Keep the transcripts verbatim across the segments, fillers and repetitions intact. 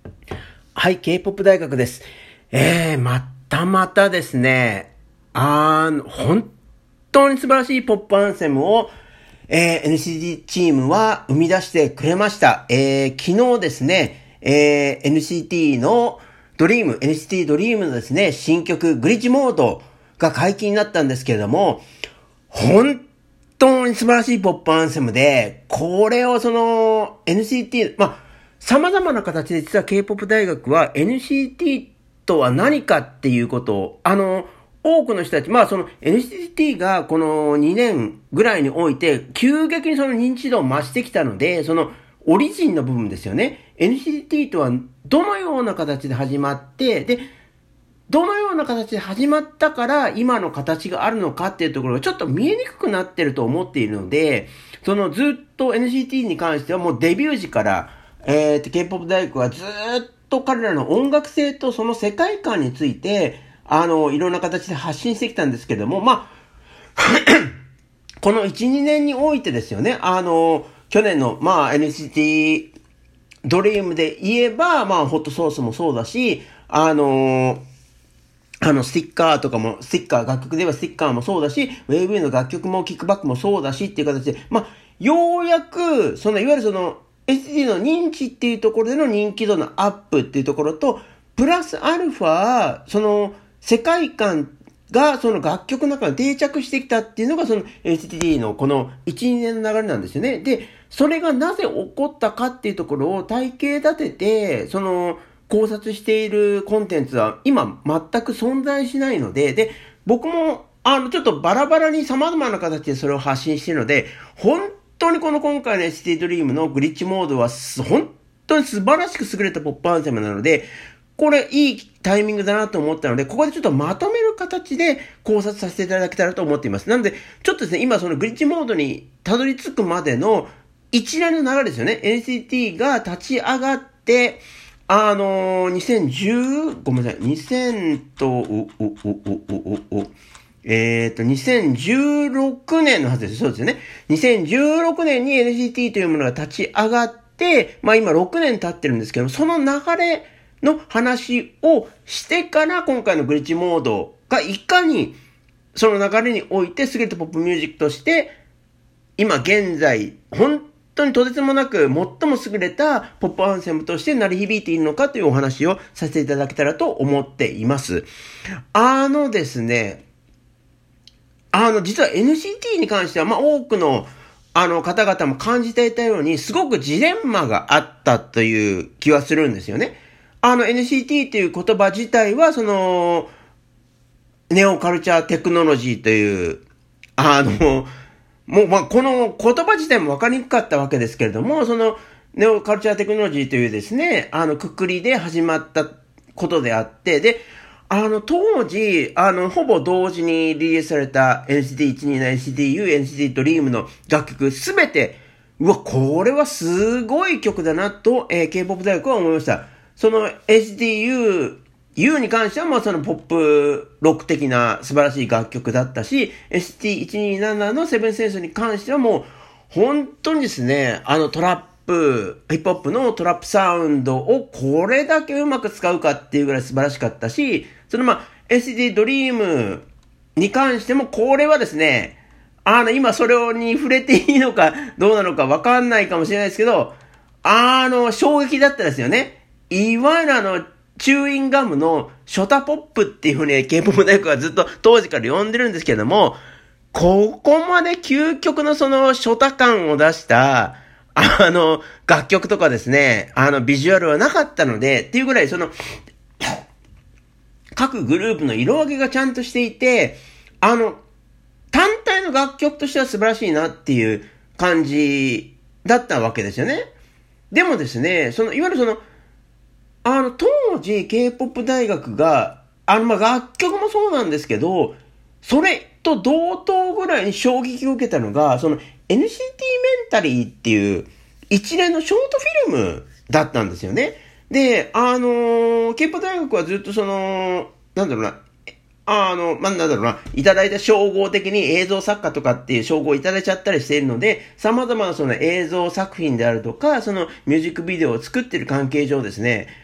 はい、K-ポップ 大学です。えー、またまたですね、あー、本当に素晴らしいポップアンセムを、えー、エヌシーティー チームは生み出してくれました。えー、昨日ですね、えー、エヌシーティー のドリーム、エヌシーティー ドリームのですね、新曲グリッジモードが解禁になったんですけれども、本当に素晴らしいポップアンセムで、これをその エヌシーティー、まあ、様々な形で実は K-ポップ 大学は エヌシーティー とは何かっていうことを、あの、多くの人たち、まあその エヌシーティー がこのにねんぐらいにおいて急激にその認知度を増してきたので、そのオリジンの部分ですよね。エヌシーティー とはどのような形で始まって、で、どのような形で始まったから今の形があるのかっていうところがちょっと見えにくくなってると思っているので、そのずっと エヌシーティー に関してはもうデビュー時から、えー、K-ポップ 大学はずっと彼らの音楽性とその世界観について、あの、いろんな形で発信してきたんですけども、まあ、このいち、にねんにおいてですよね、あの、去年の、まあ、エヌシーティー ドリームで言えば、まあ、ホットソースもそうだし、あの、あの、スティッカーとかも、スティッカー、楽曲で言えばスティッカーもそうだし、ウェーブイの楽曲もキックバックもそうだしっていう形で、まあ、ようやく、その、いわゆるその、エスディー の認知っていうところでの人気度のアップっていうところと、プラスアルファ、その、世界観がその楽曲の中に定着してきたっていうのがその エヌシーティー のこのいち、にねんの流れなんですよね。で、それがなぜ起こったかっていうところを体系立てて、その、考察しているコンテンツは今全く存在しないので、で、僕もあのちょっとバラバラに様々な形でそれを発信しているので、本当にこの今回の エスティー ドリームのグリッチモードは本当に素晴らしく優れたポップアンセムなので、これいいタイミングだなと思ったので、ここでちょっとまとめる形で考察させていただけたらと思っています。なので、ちょっとですね、今そのグリッチモードにたどり着くまでの一連の流れですよね。エヌシーティー が立ち上がって、あのー、にせんじゅう、ごめんなさい、にせんと、お、お、お、お、お、お、えっと、にせんじゅうろくねんのはずです。そうですよね。にせんじゅうろくねんに エヌシーティー というものが立ち上がって、まあ今ろくねん経ってるんですけど、その流れの話をしてから今回のグリッチモードがいかにその流れにおいて優れたポップミュージックとして今現在本当にとてつもなく最も優れたポップアンセムとして鳴り響いているのかというお話をさせていただけたらと思っています。あのですね、あの実は エヌシーティー に関してはまあ多くのあの方々も感じていたようにすごくジレンマがあったという気はするんですよね。あの エヌシーティー という言葉自体はそのネオカルチャーテクノロジーというあのもうまあこの言葉自体も分かりにくかったわけですけれども、そのネオカルチャーテクノロジーというですね、あのくくりで始まったことであって、で、あの当時、あのほぼ同時にリリースされた エヌシーティーいちにーの エヌシーティーユー、エヌシーティー ドリームの楽曲すべて、うわ、これはすごい曲だなと、えー、K-ポップ 大学は思いました。その エヌシーティーユーU に関してはまあそのポップロック的な素晴らしい楽曲だったし、エスティーいちにーなな のセブンセンスに関してはもう本当にですね、あのトラップ、ヒップホップのトラップサウンドをこれだけうまく使うかっていうぐらい素晴らしかったし、そのまあ エスティー ドリームに関してもこれはですね、あの今それに触れていいのかどうなのかわかんないかもしれないですけど、あの衝撃だったですよね。いわゆるあのチューインガムのショタポップっていう風に K-ポップ 大学はずっと当時から呼んでるんですけども、ここまで究極のそのショタ感を出したあの楽曲とかですね、あのビジュアルはなかったのでっていうぐらいその各グループの色分けがちゃんとしていて、あの単体の楽曲としては素晴らしいなっていう感じだったわけですよね。でもですね、そのいわゆるそのあの、当時 K-ポップ 大学が、あの、ま、楽曲もそうなんですけど、それと同等ぐらいに衝撃を受けたのが、その エヌシーティー メンタリーっていう一連のショートフィルムだったんですよね。で、あのー、K-ポップ 大学はずっとその、なんだろうな、あの、まあ、なんだろうな、いただいた称号的に映像作家とかっていう称号をいただいちゃったりしているので、様々なその映像作品であるとか、そのミュージックビデオを作っている関係上ですね、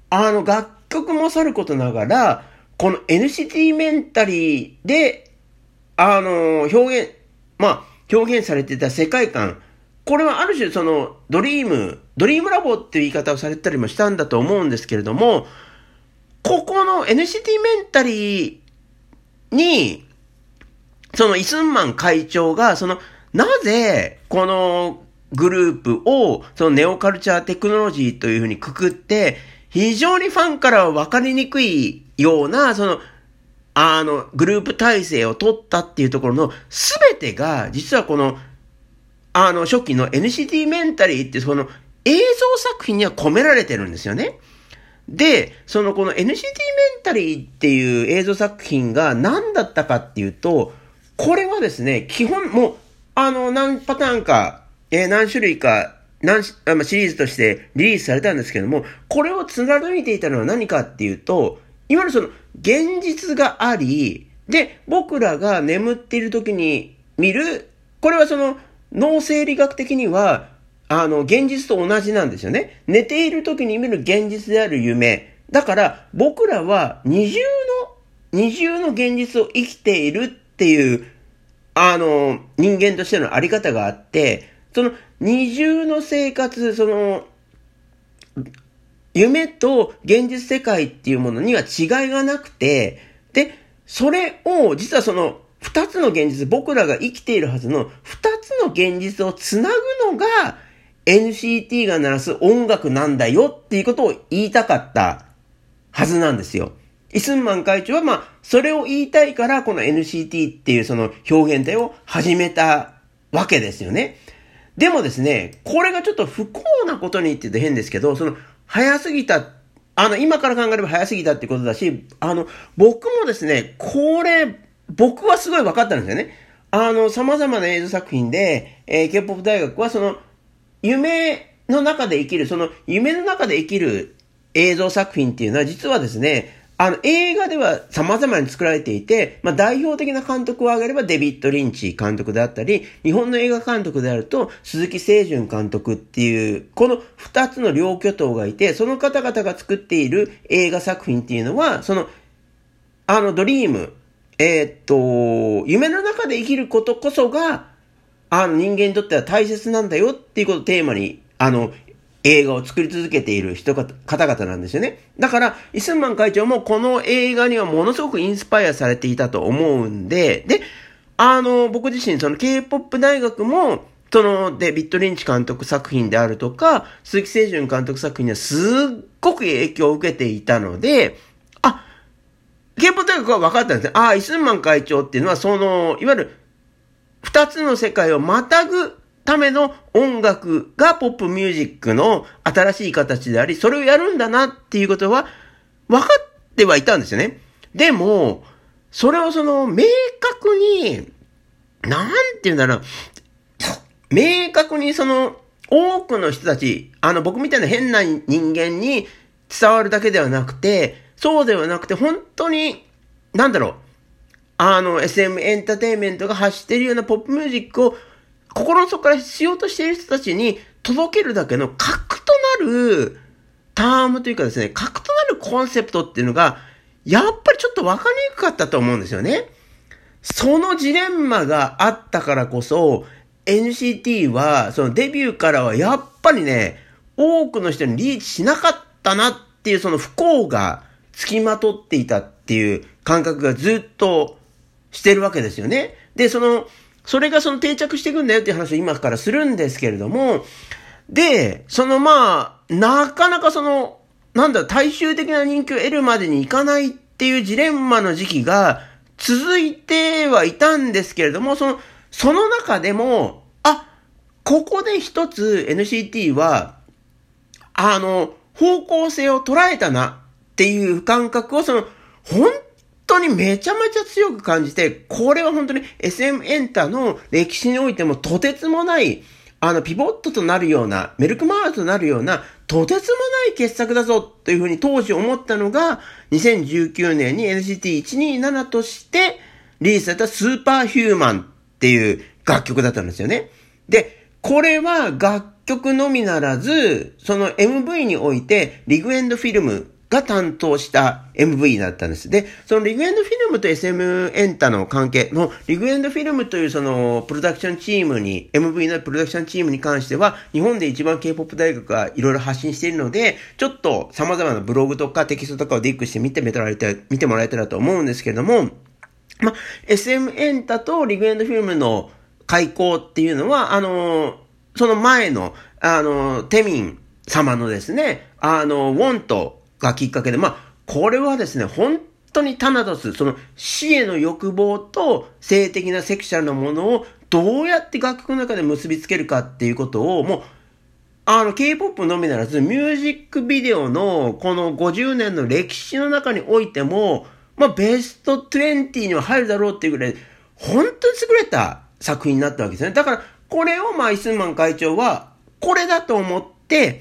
あの、楽曲もさることながら、この エヌシーティー メンタリーで、あの、表現、まあ、表現されてた世界観、これはある種その、ドリーム、ドリームラボっていう言い方をされたりもしたんだと思うんですけれども、ここの エヌシーティー メンタリーに、そのイスンマン会長が、その、なぜ、このグループを、そのネオカルチャーテクノロジーというふうにくくって、非常にファンからは分かりにくいような、その、あの、グループ体制を取ったっていうところのすべてが、実はこの、あの、初期の エヌシーティー メンタリーっていうその映像作品には込められてるんですよね。で、そのこの エヌシーティー メンタリーっていう映像作品が何だったかっていうと、これはですね、基本もう、あの、何パターンか、えー、何種類か、何シリーズとしてリリースされたんですけども、これを貫いていたのは何かっていうと、いわゆるその、現実があり、で、僕らが眠っている時に見る、これはその、脳生理学的には、あの、現実と同じなんですよね。寝ている時に見る現実である夢。だから、僕らは二重の、二重の現実を生きているっていう、あの、人間としてのあり方があって、その二重の生活、その、夢と現実世界っていうものには違いがなくて、で、それを、実はその、二つの現実、僕らが生きているはずの二つの現実をつなぐのが エヌシーティー が鳴らす音楽なんだよっていうことを言いたかったはずなんですよ。イスンマン会長はまあ、それを言いたいからこの エヌシーティー っていうその表現体を始めたわけですよね。でもですね、これがちょっと不幸なことにって言うと変ですけど、その早すぎた、あの今から考えれば早すぎたってことだし、あの僕もですね、これ僕はすごい分かったんですよね。あの、様々な映像作品で、えー、K-ポップ 大学はその、夢の中で生きる、その、夢の中で生きる映像作品っていうのは実はですね、あの、映画では様々に作られていて、まあ、代表的な監督を挙げればデビッド・リンチ監督であったり、日本の映画監督であると鈴木清純監督っていう、この二つの両巨頭がいて、その方々が作っている映画作品っていうのは、その、あの、ドリーム、えー、っと、夢の中で生きることこそが、あの人間にとっては大切なんだよっていうことをテーマに、あの、映画を作り続けている人か、方々なんですよね。だから、イスンマン会長もこの映画にはものすごくインスパイアされていたと思うんで、で、あの、僕自身、その K-ポップ 大学も、その、デビッド・リンチ監督作品であるとか、鈴木清純監督作品にはすっごく影響を受けていたので、あ、K-ポップ 大学は分かったんですね。ああ、イスンマン会長っていうのは、その、いわゆる、二つの世界をまたぐための音楽がポップミュージックの新しい形であり、それをやるんだなっていうことは、分かってはいたんですよね。でも、それをその、明確に、なんて言うんだろう、明確にその、多くの人たち、あの、僕みたいな変な人間に伝わるだけではなくて、そうではなくて、本当に、なんだろう、あの、エスエム エンターテインメントが発しているようなポップミュージックを、心の底から必要としている人たちに届けるだけの核となる、タームというかですね、核となるコンセプトっていうのが、やっぱりちょっと分かりにくかったと思うんですよね。そのジレンマがあったからこそ、エヌシーティー は、そのデビューからはやっぱりね、多くの人にリーチしなかったなっていうその不幸が付きまとっていたっていう感覚がずっとしてるわけですよね。で、その、それがその定着していくんだよっていう話を今からするんですけれども、で、そのまあ、なかなかその、なんだ、大衆的な人気を得るまでにいかないっていうジレンマの時期が続いてはいたんですけれども、その、その中でも、あ、ここで一つ エヌシーティー は、あの、方向性を捉えたなっていう感覚をその、本当にめちゃめちゃ強く感じて、これは本当に エスエム エンタの歴史においてもとてつもない、あの、ピボットとなるような、メルクマークとなるような、とてつもない傑作だぞというふうに当時思ったのが、にせんじゅうきゅうねんに エヌシーティーひゃくにじゅうなな としてリリースされたスーパーヒューマンっていう楽曲だったんですよね。で、これは楽曲のみならず、その エムブイ において、リグエンドフィルムが担当した エムブイ だったんです。で、そのリグエンドフィルムと エスエム エンタの関係の、リグエンドフィルムというそのプロダクションチームに、エムブイ のプロダクションチームに関しては、日本で一番 K-ポップ 大学がいろいろ発信しているので、ちょっと様々なブログとかテキストとかをディックして見てもらえたら、見てもらえたらと思うんですけれども、まあ、エスエム エンタとリグエンドフィルムの開講っていうのは、あのー、その前の、あのー、テミン様のですね、あのー、ウォントがきっかけで、まあ、これはですね、本当にタナトス、その死への欲望と性的なセクシャルなものをどうやって楽曲の中で結びつけるかっていうことを、もう、あの、K-ポップ のみならず、ミュージックビデオのこのごじゅうねんの歴史の中においても、まあ、ベストにじゅうには入るだろうっていうぐらい、本当に優れた作品になったわけですね。だから、これをまあ、イスンマン会長は、これだと思って、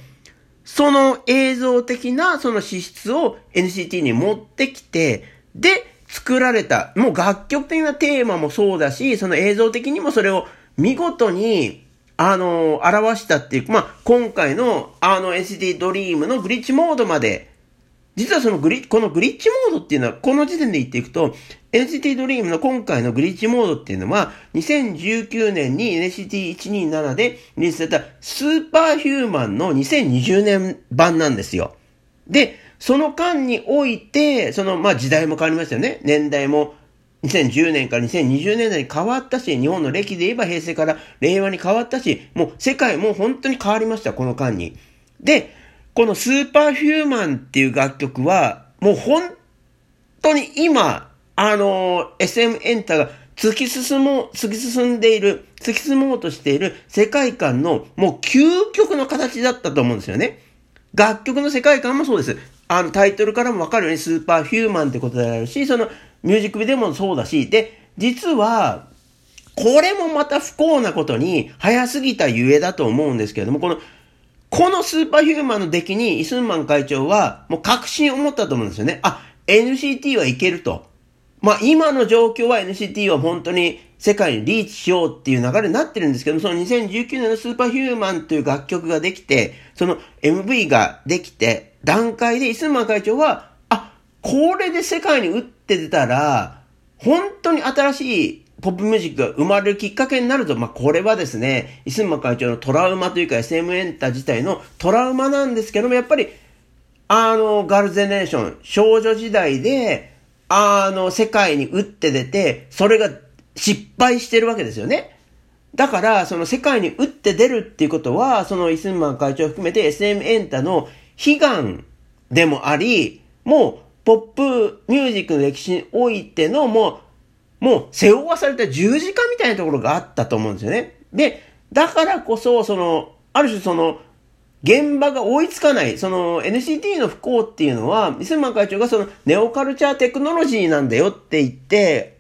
その映像的なその資質を エヌシーティー に持ってきて、で、作られた、もう楽曲的なテーマもそうだし、その映像的にもそれを見事に、あの、表したっていう、まあ、今回の、あの エヌシーティー ドリームのグリッチモードまで、実はそのグリ、このグリッチモードっていうのは、この時点で言っていくと、エヌシーティー ドリームの今回のグリッチモードっていうのは、にせんじゅうきゅうねんに エヌシーティーひゃくにじゅうなな でリリースされたスーパーヒューマンのにせんにじゅうねん版なんですよ。で、その間において、その、まあ、時代も変わりましたよね。年代もにせんじゅうねんからにせんにじゅうねんだいに変わったし、日本の歴で言えば平成から令和に変わったし、もう世界も本当に変わりました、この間に。で、このスーパーヒューマンっていう楽曲は、もう本当に今、あの、エスエム エンタが突き進もう、突き進んでいる、突き進もうとしている世界観のもう究極の形だったと思うんですよね。楽曲の世界観もそうです。あのタイトルからもわかるようにスーパーヒューマンってことであるし、そのミュージックビデオもそうだし、で、実は、これもまた不幸なことに早すぎたゆえだと思うんですけれども、このこのスーパーヒューマンの出来にイスンマン会長はもう確信を持ったと思うんですよね。あ、エヌシーティー はいけると。まあ今の状況は エヌシーティー は本当に世界にリーチしようっていう流れになってるんですけども、そのにせんじゅうきゅうねんのスーパーヒューマンという楽曲ができて、その エムブイ ができて、段階でイスンマン会長は、あ、これで世界に打って出たら、本当に新しいポップミュージックが生まれるきっかけになると、まあ、これはですね、イスンマン会長のトラウマというか エスエム エンタ自体のトラウマなんですけども、やっぱり、あの、ガールズジェネレーション、少女時代で、あの、世界に打って出て、それが失敗してるわけですよね。だから、その世界に打って出るっていうことは、そのイスンマン会長を含めて エスエム エンタの悲願でもあり、もう、ポップミュージックの歴史においての、もう、もう背負わされた十字架みたいなところがあったと思うんですよね。で、だからこそ、その、ある種その、現場が追いつかない、その エヌシーティー の不幸っていうのは、イスンマン会長がそのネオカルチャーテクノロジーなんだよって言って、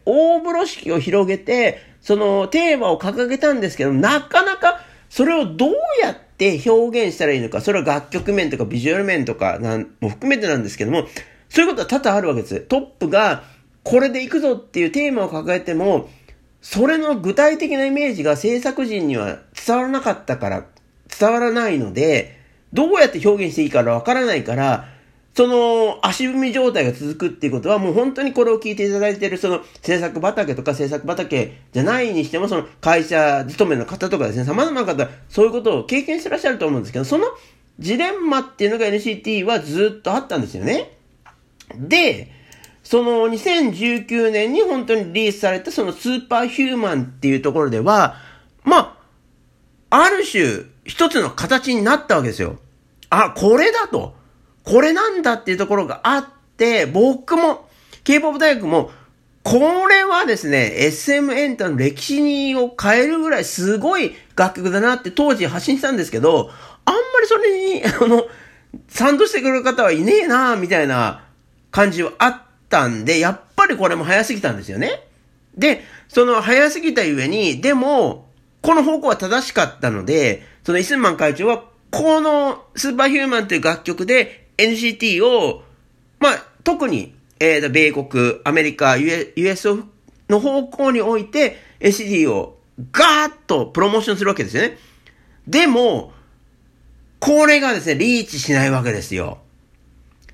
大風呂敷を広げて、そのテーマを掲げたんですけど、なかなかそれをどうやって表現したらいいのか、それは楽曲面とかビジュアル面とかなんも含めてなんですけども、そういうことは多々あるわけです。トップが、これで行くぞっていうテーマを抱えても、それの具体的なイメージが制作陣には伝わらなかったから、伝わらないので、どうやって表現していいかわからないから、その足踏み状態が続くっていうことは、もう本当にこれを聞いていただいているその制作畑とか制作畑じゃないにしても、その会社勤めの方とかですね、様々な方、そういうことを経験してらっしゃると思うんですけど、そのジレンマっていうのが エヌシーティー はずっとあったんですよね。で、そのにせんじゅうきゅうねんに本当にリリースされたそのスーパーヒューマンっていうところでは、まあ、ある種一つの形になったわけですよ。あ、これだと。これなんだっていうところがあって、僕も K-ポップ 大学もこれはですね、エスエム エンタの歴史を変えるぐらいすごい楽曲だなって当時発信したんですけど、あんまりそれに、あの、賛同してくれる方はいねえなみたいな感じはあったんで、やっぱりこれも早すぎたんですよね。で、その早すぎたゆえに、でも、この方向は正しかったので、そのイスンマン会長は、このスーパーヒューマンという楽曲で エヌシーティー を、まあ、特に、えー、米国、アメリカ、ユーエスオー の方向において エヌシーティー をガーッとプロモーションするわけですよね。でも、これがですね、リーチしないわけですよ。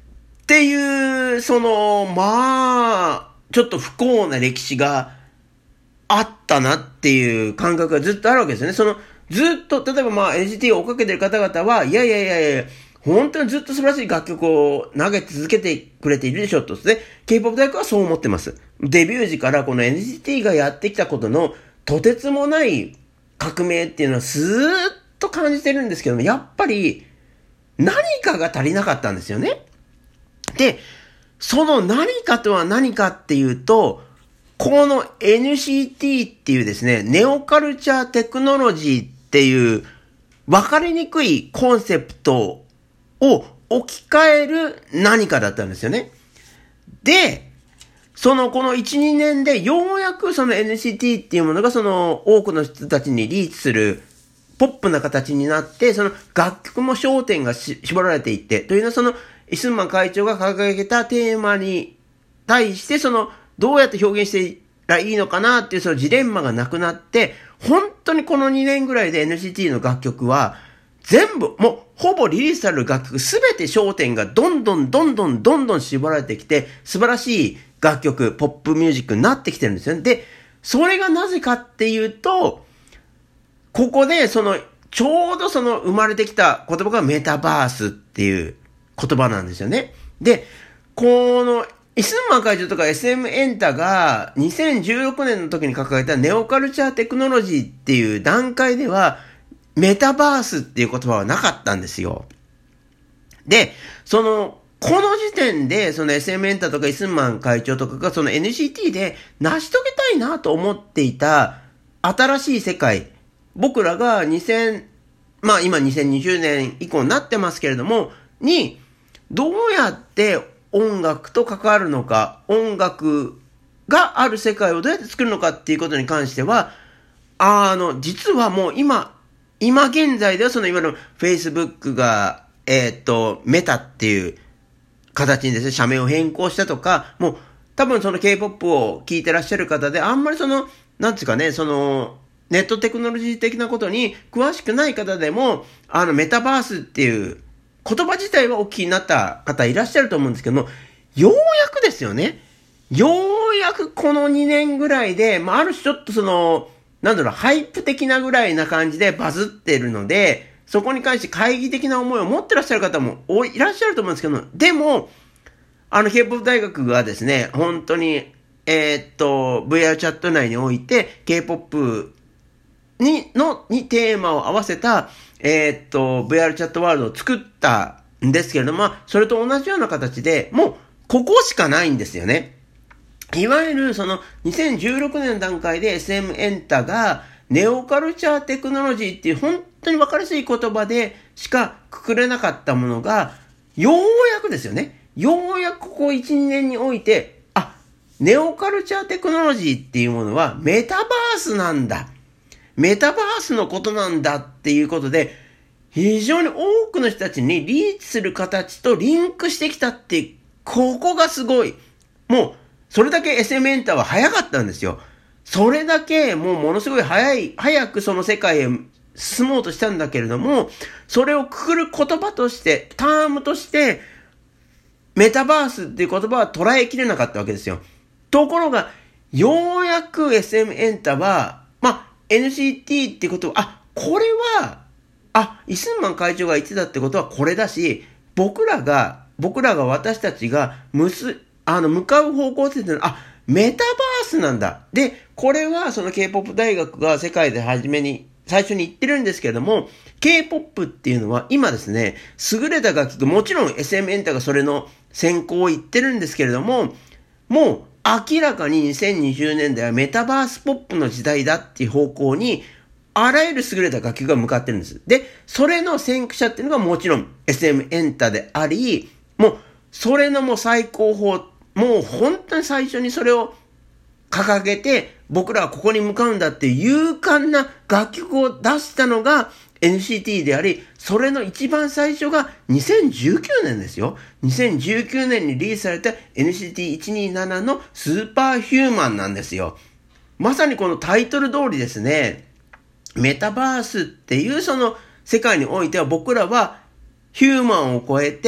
っていう、その、まあ、ちょっと不幸な歴史があったなっていう感覚がずっとあるわけですよね。その、ずっと、例えばまあ エヌシーティー を追っかけてる方々は、いやいやいやいや、本当にずっと素晴らしい楽曲を投げ続けてくれているでしょとですね。K-ポップ 大学はそう思ってます。デビュー時からこの エヌシーティー がやってきたことのとてつもない革命っていうのはずーっと感じてるんですけども、やっぱり何かが足りなかったんですよね。で、その何かとは何かっていうと、この エヌシーティー っていうですね、ネオカルチャーテクノロジーっていう分かりにくいコンセプトを置き換える何かだったんですよね。で、そのこのいち、にねんでようやくその エヌシーティー っていうものがその多くの人たちにリーチするポップな形になって、その楽曲も焦点がし絞られていって、というのはそのイスンマン会長が掲げたテーマに対してそのどうやって表現してらいいのかなっていうそのジレンマがなくなって、本当にこのにねんぐらいで エヌシーティー の楽曲は全部、もうほぼリリースされる楽曲すべて焦点がどんどんどんどんどんどん絞られてきて、素晴らしい楽曲、ポップミュージックになってきてるんですよね。で、それがなぜかっていうと、ここでその、ちょうどその生まれてきた言葉がメタバースっていう言葉なんですよね。で、この、イスンマン会長とか エスエム エンタがにせんじゅうろくねんの時に掲げたネオカルチャーテクノロジーっていう段階ではメタバースっていう言葉はなかったんですよ。で、その、この時点でその エスエム エンタとかイスンマン会長とかがその エヌシーティー で成し遂げたいなと思っていた新しい世界、僕らがにせん、まあ今にせんにじゅうねん以降になってますけれども、に、どうやって音楽と関わるのか、音楽がある世界をどうやって作るのかっていうことに関しては、あの、実はもう今、今現在ではそのいわゆる Facebook が、えーっと、メタっていう形にですね、社名を変更したとか、もう多分その K-ポップ を聴いてらっしゃる方で、あんまりその、なんつうかね、その、ネットテクノロジー的なことに詳しくない方でも、あの、メタバースっていう言葉自体はお聞きになった方いらっしゃると思うんですけども、ようやくですよね。ようやくこのにねんぐらいで、まあ、ある種ちょっとその、なんだろう、ハイプ的なぐらいな感じでバズってるので、そこに関して懐疑的な思いを持ってらっしゃる方もいらっしゃると思うんですけども、でも、あの、K-ポップ 大学がですね、本当に、えー、っと、ブイアール チャット内において、K-ポップ に、の、にテーマを合わせた、えー、っと、ブイアール チャットワールドを作ったんですけれども、それと同じような形で、もう、ここしかないんですよね。いわゆる、その、にせんじゅうろくねんの段階で エスエム エンタが、ネオカルチャーテクノロジーっていう本当に分かりやすい言葉でしかくくれなかったものが、ようやくですよね。ようやくここいち、にねんにおいて、あ、ネオカルチャーテクノロジーっていうものはメタバースなんだ。メタバースのことなんだっていうことで、非常に多くの人たちにリーチする形とリンクしてきたって、ここがすごい。もう、それだけ エスエム エンタは早かったんですよ。それだけもうものすごい早い、早くその世界へ進もうとしたんだけれども、それをくくる言葉として、タームとして、メタバースっていう言葉は捉えきれなかったわけですよ。ところが、ようやく エスエム エンタは、まあ、エヌシーティー ってことは、あ、これは、あ、イスンマン会長が言ってたってことはこれだし、僕らが、僕らが私たちが、むす、あの、向かう方向性っていうのは、あ、メタバースなんだ。で、これはその K-ポップ 大学が世界で初めに、最初に言ってるんですけれども、K-ポップ っていうのは今ですね、優れた楽曲、もちろん エスエム エンタがそれの先行を言ってるんですけれども、もう明らかににせんにじゅうねんだいはメタバースポップの時代だっていう方向に、あらゆる優れた楽曲が向かってるんです。で、それの先駆者っていうのがもちろん エスエム エンタであり、もう、それのもう最高峰、もう本当に最初にそれを掲げて、僕らはここに向かうんだっていう勇敢な楽曲を出したのが エヌシーティー であり、それの一番最初がにせんじゅうきゅうねんですよ。にせんじゅうきゅうねんにリリースされた エヌシーティーいちにーなな のスーパーヒューマンなんですよ。まさにこのタイトル通りですね、メタバースっていうその世界においては僕らはヒューマンを超えて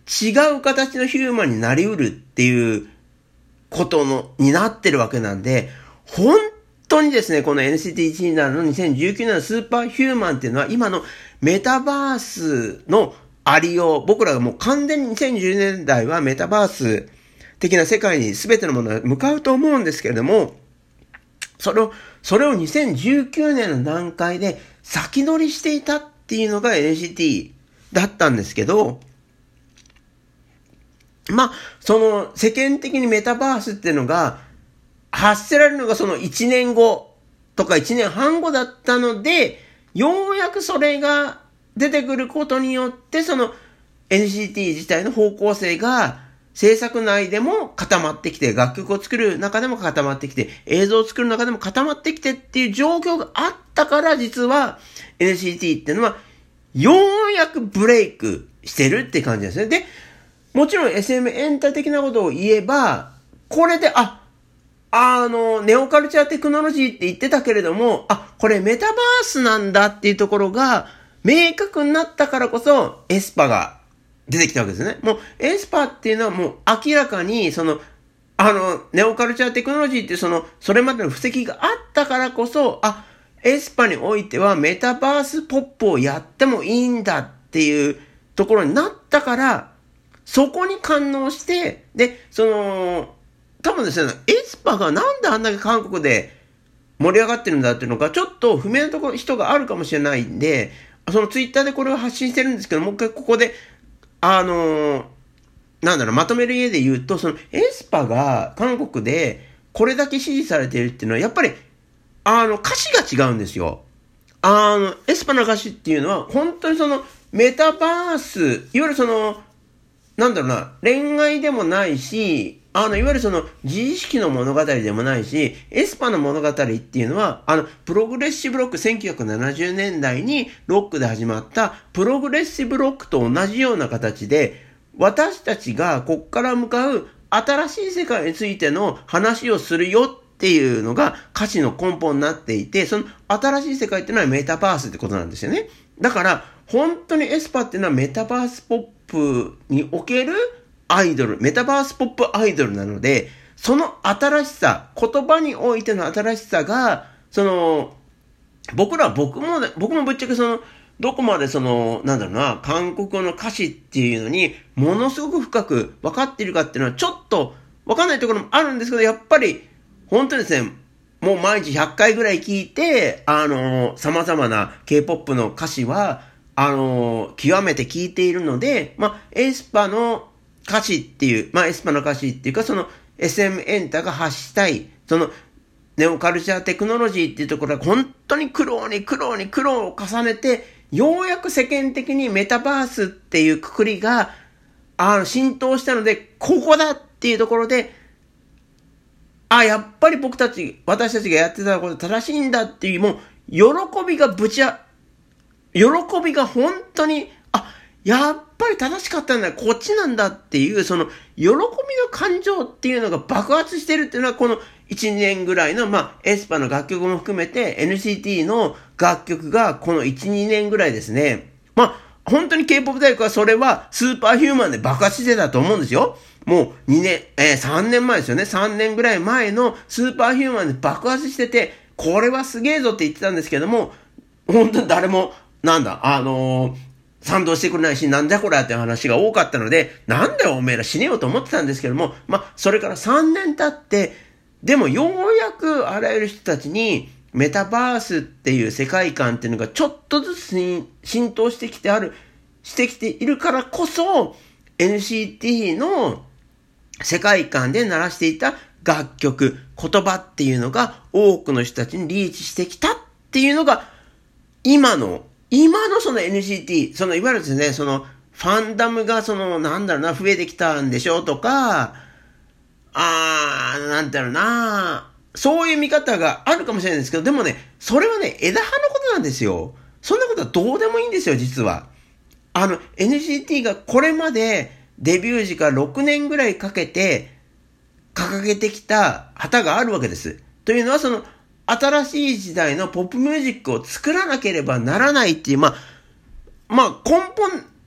違う形のヒューマンになりうるっていうことの、になってるわけなんで、本当にですね、この エヌシーティーいちにーなな のにせんじゅうきゅうねんのスーパーヒューマンっていうのは、今のメタバースのありよう、僕らがもう完全ににせんじゅうねんだいはメタバース的な世界に全てのものが向かうと思うんですけれども、それを、それをにせんじゅうきゅうねんの段階で先取りしていたっていうのが エヌシーティー だったんですけど、まあ、その世間的にメタバースっていうのが発せられるのがそのいちねんごとかいちねんはんごだったので、ようやくそれが出てくることによって、その エヌシーティー 自体の方向性が制作内でも固まってきて、楽曲を作る中でも固まってきて、映像を作る中でも固まってきてっていう状況があったから、実は エヌシーティー っていうのはようやくブレイクしてるって感じですね。で、もちろん エスエム エンタ的なことを言えば、これで、あ、あの、ネオカルチャーテクノロジーって言ってたけれども、あ、これメタバースなんだっていうところが明確になったからこそ、エスパが出てきたわけですね。もう、エスパっていうのはもう明らかに、その、あの、ネオカルチャーテクノロジーっていうその、それまでの布石があったからこそ、あ、エスパにおいてはメタバースポップをやってもいいんだっていうところになったから、そこに感応して、で、その、多分ですね、エスパがなんであんだけ韓国で盛り上がってるんだっていうのが、ちょっと不明なところ、人があるかもしれないんで、そのツイッターでこれを発信してるんですけど、もう一回ここで、あのー、なんだろう、まとめる家で言うと、そのエスパが韓国でこれだけ支持されているっていうのは、やっぱり、あの、歌詞が違うんですよ。あの、エスパの歌詞っていうのは、本当にその、メタバース、いわゆるその、なんだろうな、恋愛でもないし、あの、いわゆるその、自意識の物語でもないし、エスパの物語っていうのは、あの、プログレッシブロック、せんきゅうひゃくななじゅうねんだいにロックで始まった、プログレッシブロックと同じような形で、私たちがこっから向かう新しい世界についての話をするよっていうのが歌詞の根本になっていて、その新しい世界っていうのはメタバースってことなんですよね。だから、本当にエスパっていうのはメタバースポップにおけるアイドル、メタバースポップアイドルなので、その新しさ、言葉においての新しさが、その、僕ら、僕も、僕もぶっちゃけその、どこまでその、なんだろうな、韓国語の歌詞っていうのに、ものすごく深く分かっているかっていうのは、ちょっと分かんないところもあるんですけど、やっぱり、本当にですね、もう毎日ひゃっかいぐらい聞いて、あの、様々な K-ポップ の歌詞は、あの、極めて聞いているので、まあ、エスパの歌詞っていう、まあ、エスパの歌詞っていうか、その エスエム エンタが発したい、その、ネオカルチャーテクノロジーっていうところが本当に苦労に苦労に苦労を重ねて、ようやく世間的にメタバースっていうくくりが、あの、浸透したので、ここだっていうところで、あ、やっぱり僕たち、私たちがやってたこと正しいんだっていう、もう、喜びがぶちゃ、喜びが本当に、あ、やっぱり正しかったんだ、こっちなんだっていう、その、喜びの感情っていうのが爆発してるっていうのは、このいちねんぐらいの、まあ、エスパの楽曲も含めて、エヌシーティー の楽曲が、このいち、にねんぐらいですね。まあ、本当に K-ポップ 大学はそれは、スーパーヒューマンで爆発してたと思うんですよ。もうにねん、えー、さんねんまえですよね。さんねんぐらい前のスーパーヒューマンで爆発してて、これはすげえぞって言ってたんですけども、本当に誰も、なんだ、あのー、賛同してくれないし、なんだこれって話が多かったので、なんだよおめえら死ねよと思ってたんですけども、まあ、それからさんねん経って、でもようやくあらゆる人たちに、メタバースっていう世界観っていうのがちょっとずつ浸透してきてある、してきているからこそ、エヌシーティー の世界観で鳴らしていた楽曲、言葉っていうのが多くの人たちにリーチしてきたっていうのが、今の、今のその エヌシーティー、そのいわゆるですね、そのファンダムがそのなんだろうな、増えてきたんでしょうとか、あー、なんだろうな、そういう見方があるかもしれないんですけど、でもね、それはね、枝葉のことなんですよ。そんなことはどうでもいいんですよ、実は。あの、エヌシーティー がこれまでデビュー時からろくねんぐらいかけて掲げてきた旗があるわけです。というのは、その、新しい時代のポップミュージックを作らなければならないっていう、まあ、まあ、根本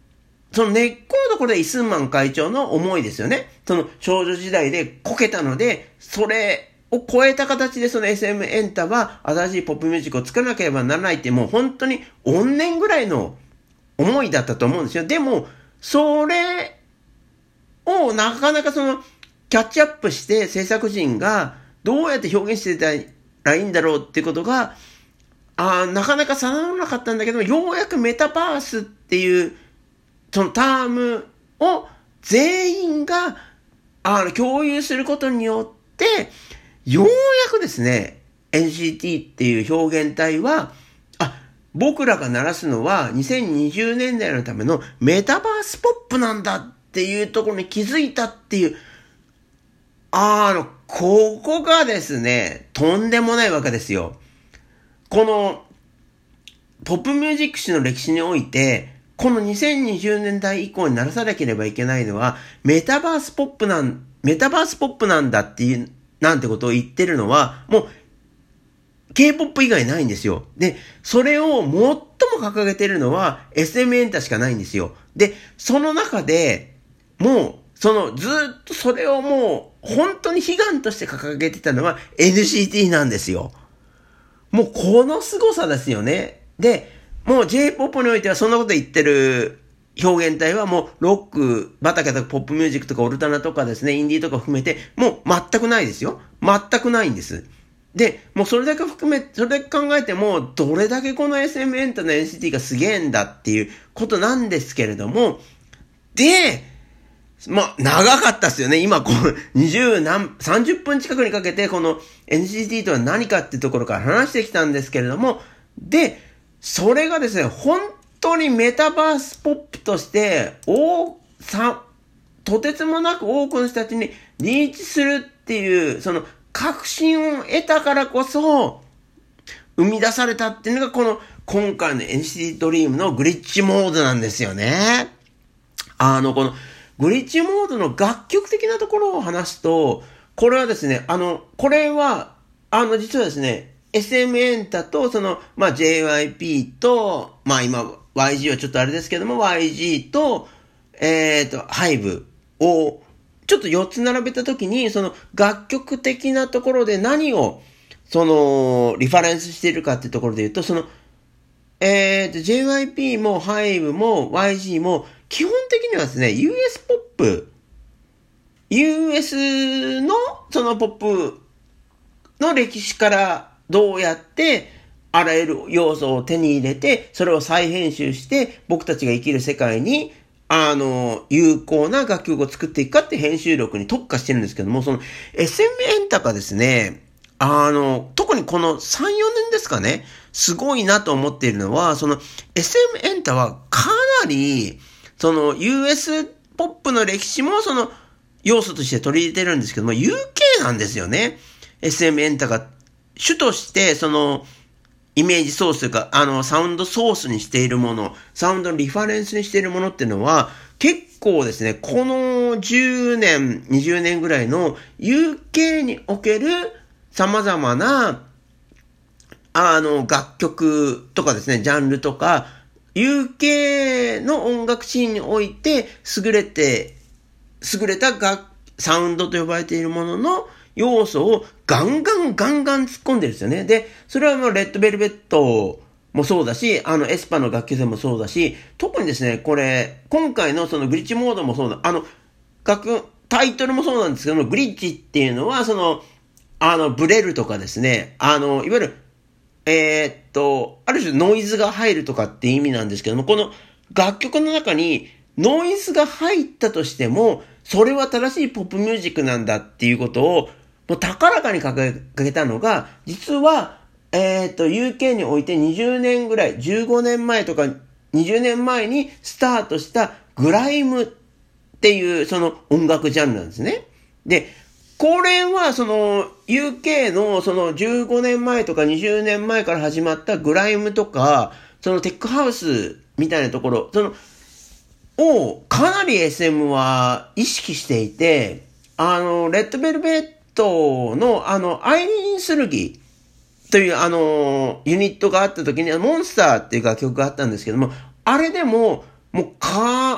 その根っこのところでイスンマン会長の思いですよね。その少女時代でこけたので、それを超えた形でその エスエム エンタは新しいポップミュージックを作らなければならないって、もう本当に怨念ぐらいの思いだったと思うんですよ。でも、それをなかなかそのキャッチアップして制作陣がどうやって表現してたらいいんだろうっていうことが、あなかなか定まらなかったんだけど、ようやくメタバースっていうそのタームを全員があの共有することによって、ようやくですね、エヌシーティー っていう表現体は、あ、僕らが鳴らすのはにせんにじゅうねんだいのためのメタバースポップなんだっていうところに気づいたっていう、あの、ここがですね、とんでもないわけですよ。この、ポップミュージック史の歴史において、このにせんにじゅうねんだい以降に鳴らさなければいけないのは、メタバースポップなん、メタバースポップなんだっていう、なんてことを言ってるのは、もう、K-ポップ 以外ないんですよ。で、それを最も掲げてるのは エスエム エンタしかないんですよ。で、その中で、もう、その、ずっとそれをもう、本当に悲願として掲げてたのは エヌシーティー なんですよ。もうこの凄さですよね。で、もう J-ポップ においてはそんなこと言ってる表現体はもうロック、畑とかポップミュージックとかオルタナとかですね、インディーとか含めてもう全くないですよ。全くないんです。で、もうそれだけ含め、それだけ考えてもどれだけこの エスエム エンタの エヌシーティー がすげえんだっていうことなんですけれども、で、まあ、長かったっすよね。今、こう、にじゅう何、さんじゅっぷん近くにかけて、この エヌシーティー とは何かっていうところから話してきたんですけれども、で、それがですね、本当にメタバースポップとして、おさ、とてつもなく多くの人たちにリーチするっていう、その、確信を得たからこそ、生み出されたっていうのが、この、今回の エヌシーティー ドリームのグリッチモードなんですよね。あの、この、グリッチモードの楽曲的なところを話すと、これはですね、あの、これは、あの、実はですね、エスエム エンタと、その、まあ、ジェイワイピー と、まあ、今、ワイジー はちょっとあれですけども、ワイジー と、えっと、ハイブを、ちょっとよっつ並べたときに、その、楽曲的なところで何を、その、リファレンスしているかっていうところで言うと、その、えっと、ジェイワイピー もハイブも ワイジー も、基本的にはですね、ユーエス ポップ、ユーエス のそのポップの歴史からどうやってあらゆる要素を手に入れて、それを再編集して僕たちが生きる世界に、あの、有効な楽曲を作っていくかって編集力に特化してるんですけども、その エスエム エンタがですね、あの、特にこのさん、よねんですかね、すごいなと思っているのは、その エスエム エンタはかなり、その ユーエス ポップの歴史もその要素として取り入れてるんですけども、ユーケー なんですよね。エスエム エンタが主としてそのイメージソースというか、あのサウンドソースにしているもの、サウンドのリファレンスにしているものっていうのは、結構ですね、このじゅうねん、にじゅうねんぐらいの ユーケー における様々なあの楽曲とかですね、ジャンルとか、ユーケー の音楽シーンにおいて優れて、優れた楽サウンドと呼ばれているものの要素をガンガンガンガン突っ込んでるんですよね。で、それはもうレッドベルベットもそうだし、あのエスパの楽曲でもそうだし、特にですね、これ、今回のそのグリッチモードもそうだ、あの、楽、タイトルもそうなんですけども、グリッチっていうのは、その、あの、ブレるとかですね、あの、いわゆる、えー、っと、ある種ノイズが入るとかって意味なんですけども、この楽曲の中にノイズが入ったとしても、それは正しいポップミュージックなんだっていうことを、もう高らかに掲げたのが、実は、えー、っと、ユーケー においてにじゅうねんぐらい、じゅうごねんまえとかにじゅうねんまえにスタートしたグライムっていうその音楽ジャンルなんですね。で、これはその ユーケー のそのじゅうごねんまえとかにじゅうねんまえから始まったグライムとか、そのテックハウスみたいなところ、その、をかなり エスエム は意識していて、あの、レッドベルベットのあの、アイリーン・スルギというあの、ユニットがあった時に、モンスターっていう楽曲があったんですけども、あれでも、もうか、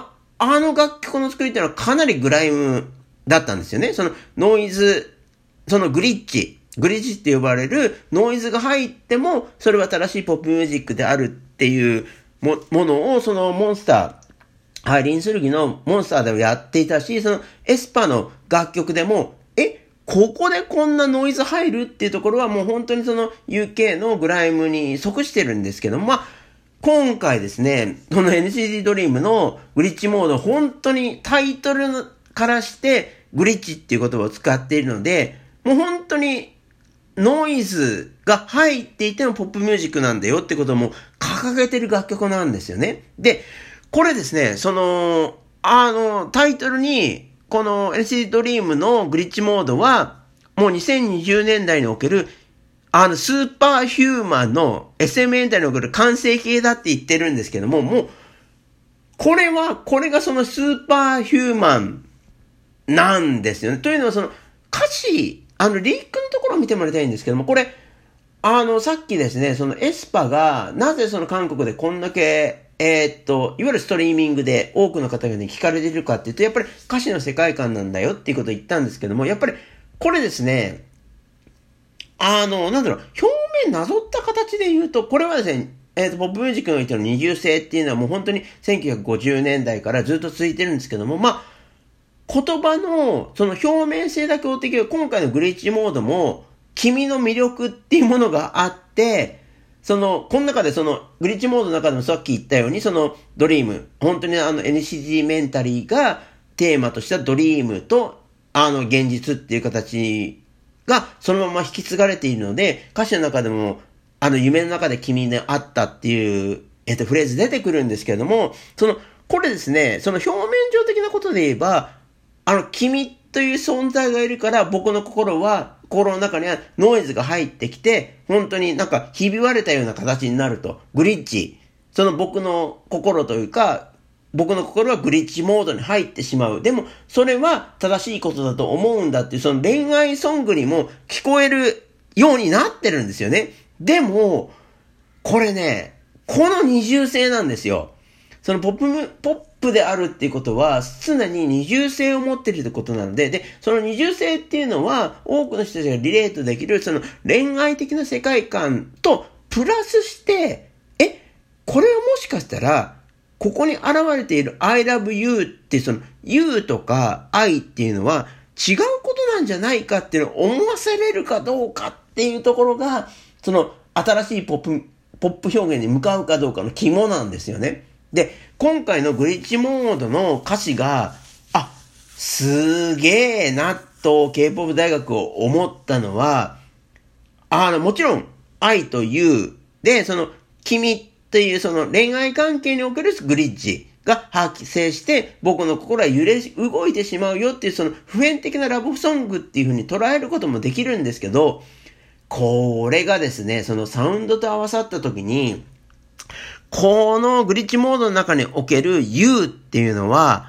あの楽曲の作りっていうのはかなりグライムだったんですよね。そのノイズ、そのグリッチ、グリッチって呼ばれるノイズが入っても、それは正しいポップミュージックであるっていうも、ものを、そのモンスター、ハイリン・スルギのモンスターでもやっていたし、そのエスパの楽曲でも、え、ここでこんなノイズ入るっていうところはもう本当にその ユーケー のグライムに即してるんですけども、まあ、今回ですね、この エヌシーディー ドリームのグリッチモード、本当にタイトルからしてグリッチっていう言葉を使っているので、もう本当にノイズが入っていてのポップミュージックなんだよってことも掲げてる楽曲なんですよね。で、これですね、その、あの、タイトルに、この エヌシーディー ドリームのグリッチモードは、もうにせんにじゅうねんだいにおける、あの、スーパーヒューマンの エスエム エンタにおける完成形だって言ってるんですけども、もう、これは、これがそのスーパーヒューマンなんですよね。というのはその、歌詞、あの、リークのところを見てもらいたいんですけども、これ、あの、さっきですね、そのエスパが、なぜその韓国でこんだけ、えー、っと、いわゆるストリーミングで多くの方がね、聞かれているかっていうと、やっぱり歌詞の世界観なんだよっていうことを言ったんですけども、やっぱり、これですね、あの、なんだろう、表面なぞった形で言うと、これはですね、えー、っと、ポップミュージックにおいての二重性っていうのはもう本当にせんきゅうひゃくごじゅうねんだいからずっと続いてるんですけども、まあ、言葉の、その表面性だけを追っていけば、今回のグリッチモードも、君の魅力っていうものがあって、その、この中でその、グリッチモードの中でもさっき言ったように、その、ドリーム、本当にあの エヌシーディー メンタリーがテーマとしたドリームと、あの、現実っていう形がそのまま引き継がれているので、歌詞の中でも、あの、夢の中で君に会ったっていう、えっと、フレーズ出てくるんですけれども、その、これですね、その表面上的なことで言えば、あの、君という存在がいるから僕の心は、心の中にはノイズが入ってきて、本当になんかひび割れたような形になると。グリッチ。その僕の心というか、僕の心はグリッチモードに入ってしまう。でも、それは正しいことだと思うんだっていう、その恋愛ソングにも聞こえるようになってるんですよね。でも、これね、この二重性なんですよ。そのポップ、ポップであるっていうことは、常に二重性を持っているってことなので、で、その二重性っていうのは、多くの人たちがリレートできる、その恋愛的な世界観と、プラスして、え、これはもしかしたら、ここに現れている I love you ってその you とか I っていうのは違うことなんじゃないかっていうのを思わせれるかどうかっていうところが、その新しいポップ、ポップ表現に向かうかどうかの肝なんですよね。で、今回のグリッチモードの歌詞が、あ、すげーなと K-ポップ 大学を思ったのは、あの、もちろん、I と You で、その、君っていうその恋愛関係におけるグリッチが発生して、僕の心は揺れ、動いてしまうよっていうその普遍的なラブソングっていう風に捉えることもできるんですけど、これがですね、そのサウンドと合わさった時に、このグリッチモードの中における You っていうのは、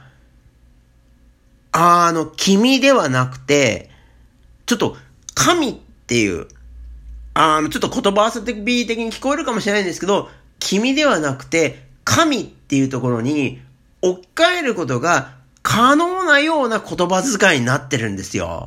あの、君ではなくて、ちょっと神っていう、あの、ちょっと言葉合わせ的に聞こえるかもしれないんですけど、君ではなくて、神っていうところに置き換えることが可能なような言葉遣いになってるんですよ。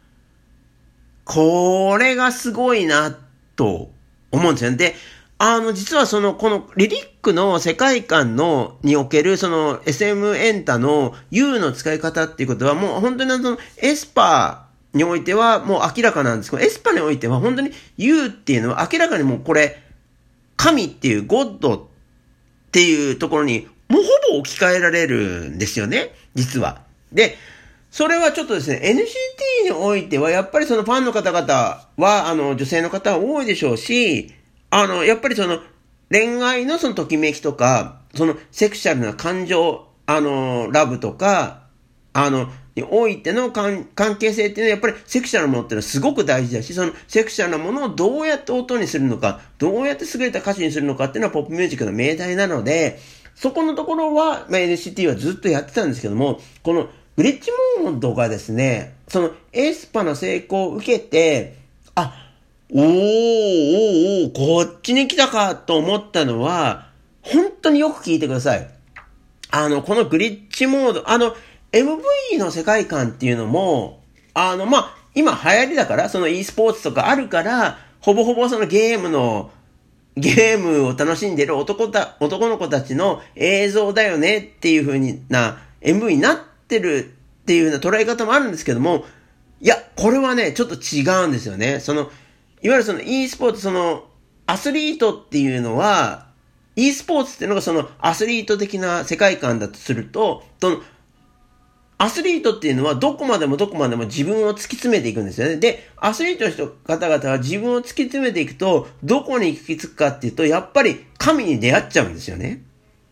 これがすごいな、と思うんですよね。で、あの、実はその、このリリックの世界観の、における、その エスエム エンタの You の使い方っていうことは、もう本当にあの、エスパーにおいてはもう明らかなんですけど、エスパーにおいては本当に You っていうのは明らかにもうこれ、神っていうゴッドっていうところに、もうほぼ置き換えられるんですよね、実は。で、それはちょっとですね、エヌシーティー においては、やっぱりそのファンの方々は、あの、女性の方は多いでしょうし、あの、やっぱりその、恋愛のそのときめきとか、そのセクシャルな感情、あの、ラブとか、あの、においての関係性っていうのはやっぱりセクシャルなものっていうのはすごく大事だし、そのセクシャルなものをどうやって音にするのか、どうやって優れた歌詞にするのかっていうのはポップミュージックの命題なので、そこのところは、まあ、エヌシーティー はずっとやってたんですけども、このグリッチモードがですね、そのエスパの成功を受けて、あ、おーおーおー、こっちに来たかと思ったのは、本当によく聞いてください。 あの、このグリッチモード、あの、エムブイ の世界観っていうのも、あの、まあ、今流行りだから、その e スポーツとかあるから、ほぼほぼそのゲームの、ゲームを楽しんでる男た、男の子たちの映像だよねっていう風にな、エムブイ になってるっていう風な捉え方もあるんですけども、いや、これはね、ちょっと違うんですよね。その、いわゆるその e スポーツ、その、アスリートっていうのは、e スポーツっていうのがそのアスリート的な世界観だとすると、その、アスリートっていうのはどこまでもどこまでも自分を突き詰めていくんですよね。で、アスリートの人方々は自分を突き詰めていくと、どこに行き着くかっていうと、やっぱり神に出会っちゃうんですよね。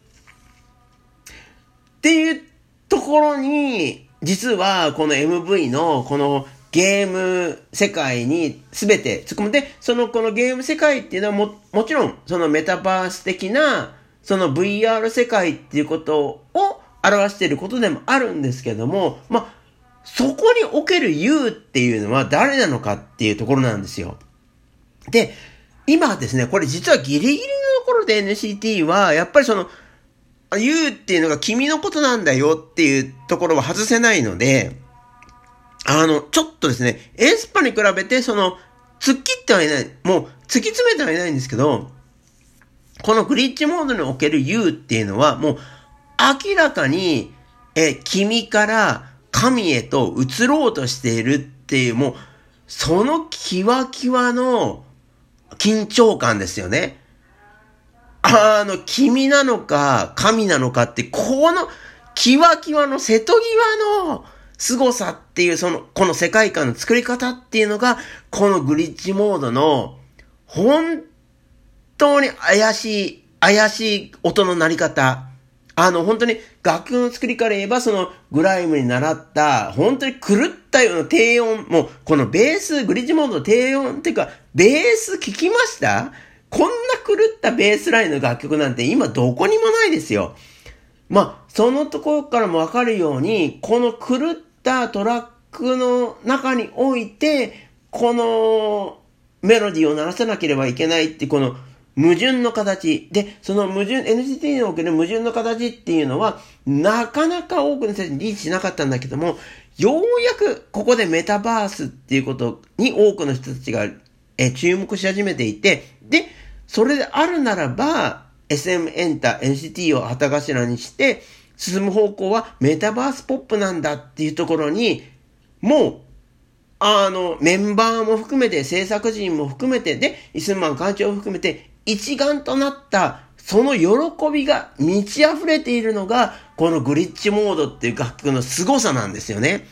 っていうところに、実はこの エムブイ のこのゲーム世界に全て突っ込んで、そのこのゲーム世界っていうのはも、もちろんそのメタバース的な、その ブイアール 世界っていうことを表していることでもあるんですけども、まあ、そこにおける ユー っていうのは誰なのかっていうところなんですよ。で、今ですね、これ実はギリギリのところで エヌシーティー は、やっぱりその、ユー っていうのが君のことなんだよっていうところは外せないので、あの、ちょっとですね、エースパに比べて、その、突っ切ってはいない、もう、突き詰めてはいないんですけど、このグリッチモードにおける ユー っていうのは、もう、明らかに、え、君から神へと移ろうとしているっていう、もう、そのキワキワの緊張感ですよね。あの、君なのか、神なのかって、この、キワキワの瀬戸際の凄さっていう、その、この世界観の作り方っていうのが、このグリッチモードの、本当に怪しい、怪しい音の鳴り方。あの、本当に楽曲の作りから言えば、その、グライムに習った、本当に狂ったような低音、もう、このベース、グリッチモードの低音っていうか、ベース聞きました?こんな狂ったベースラインの楽曲なんて今どこにもないですよ。まあ、そのところからもわかるように、この狂ったトラックの中において、このメロディーを鳴らさなければいけないって、この矛盾の形。で、その矛盾、エヌシーティー における矛盾の形っていうのは、なかなか多くの人たちにリーチしなかったんだけども、ようやくここでメタバースっていうことに多くの人たちがえ注目し始めていて、で、それであるならば、エスエム エンタ、エヌシーティー を旗頭にして、進む方向はメタバースポップなんだっていうところに、もう、あの、メンバーも含めて、制作陣も含めて、で、イスンマン館長を含めて、一丸となった、その喜びが満ち溢れているのが、このグリッチモードっていう楽曲の凄さなんですよね。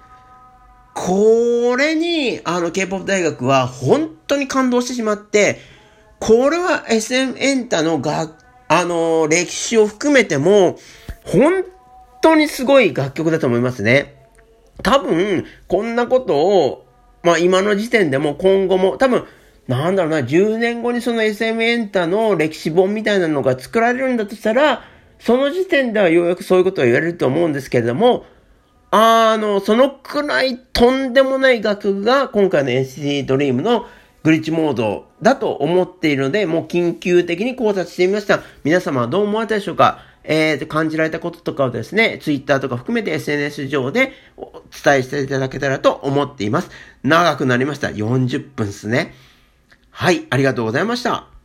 これに、あの、K-ポップ 大学は本当に感動してしまって、これは エスエム エンタのが、あのー、歴史を含めても、本当にすごい楽曲だと思いますね。多分、こんなことを、まあ今の時点でも今後も、多分、なんだろうな、じゅうねんごにその エスエム エンタの歴史本みたいなのが作られるんだとしたら、その時点ではようやくそういうことを言われると思うんですけれども、あの、そのくらいとんでもない楽曲が今回の エヌシーティー ドリームのグリッチモードだと思っているので、もう緊急的に考察してみました。皆様はどう思われたでしょうか?えー、感じられたこととかをですね、ツイッターとか含めて エスエヌエス 上でお伝えしていただけたらと思っています。長くなりました。よんじゅっぷんですね。はい、ありがとうございました。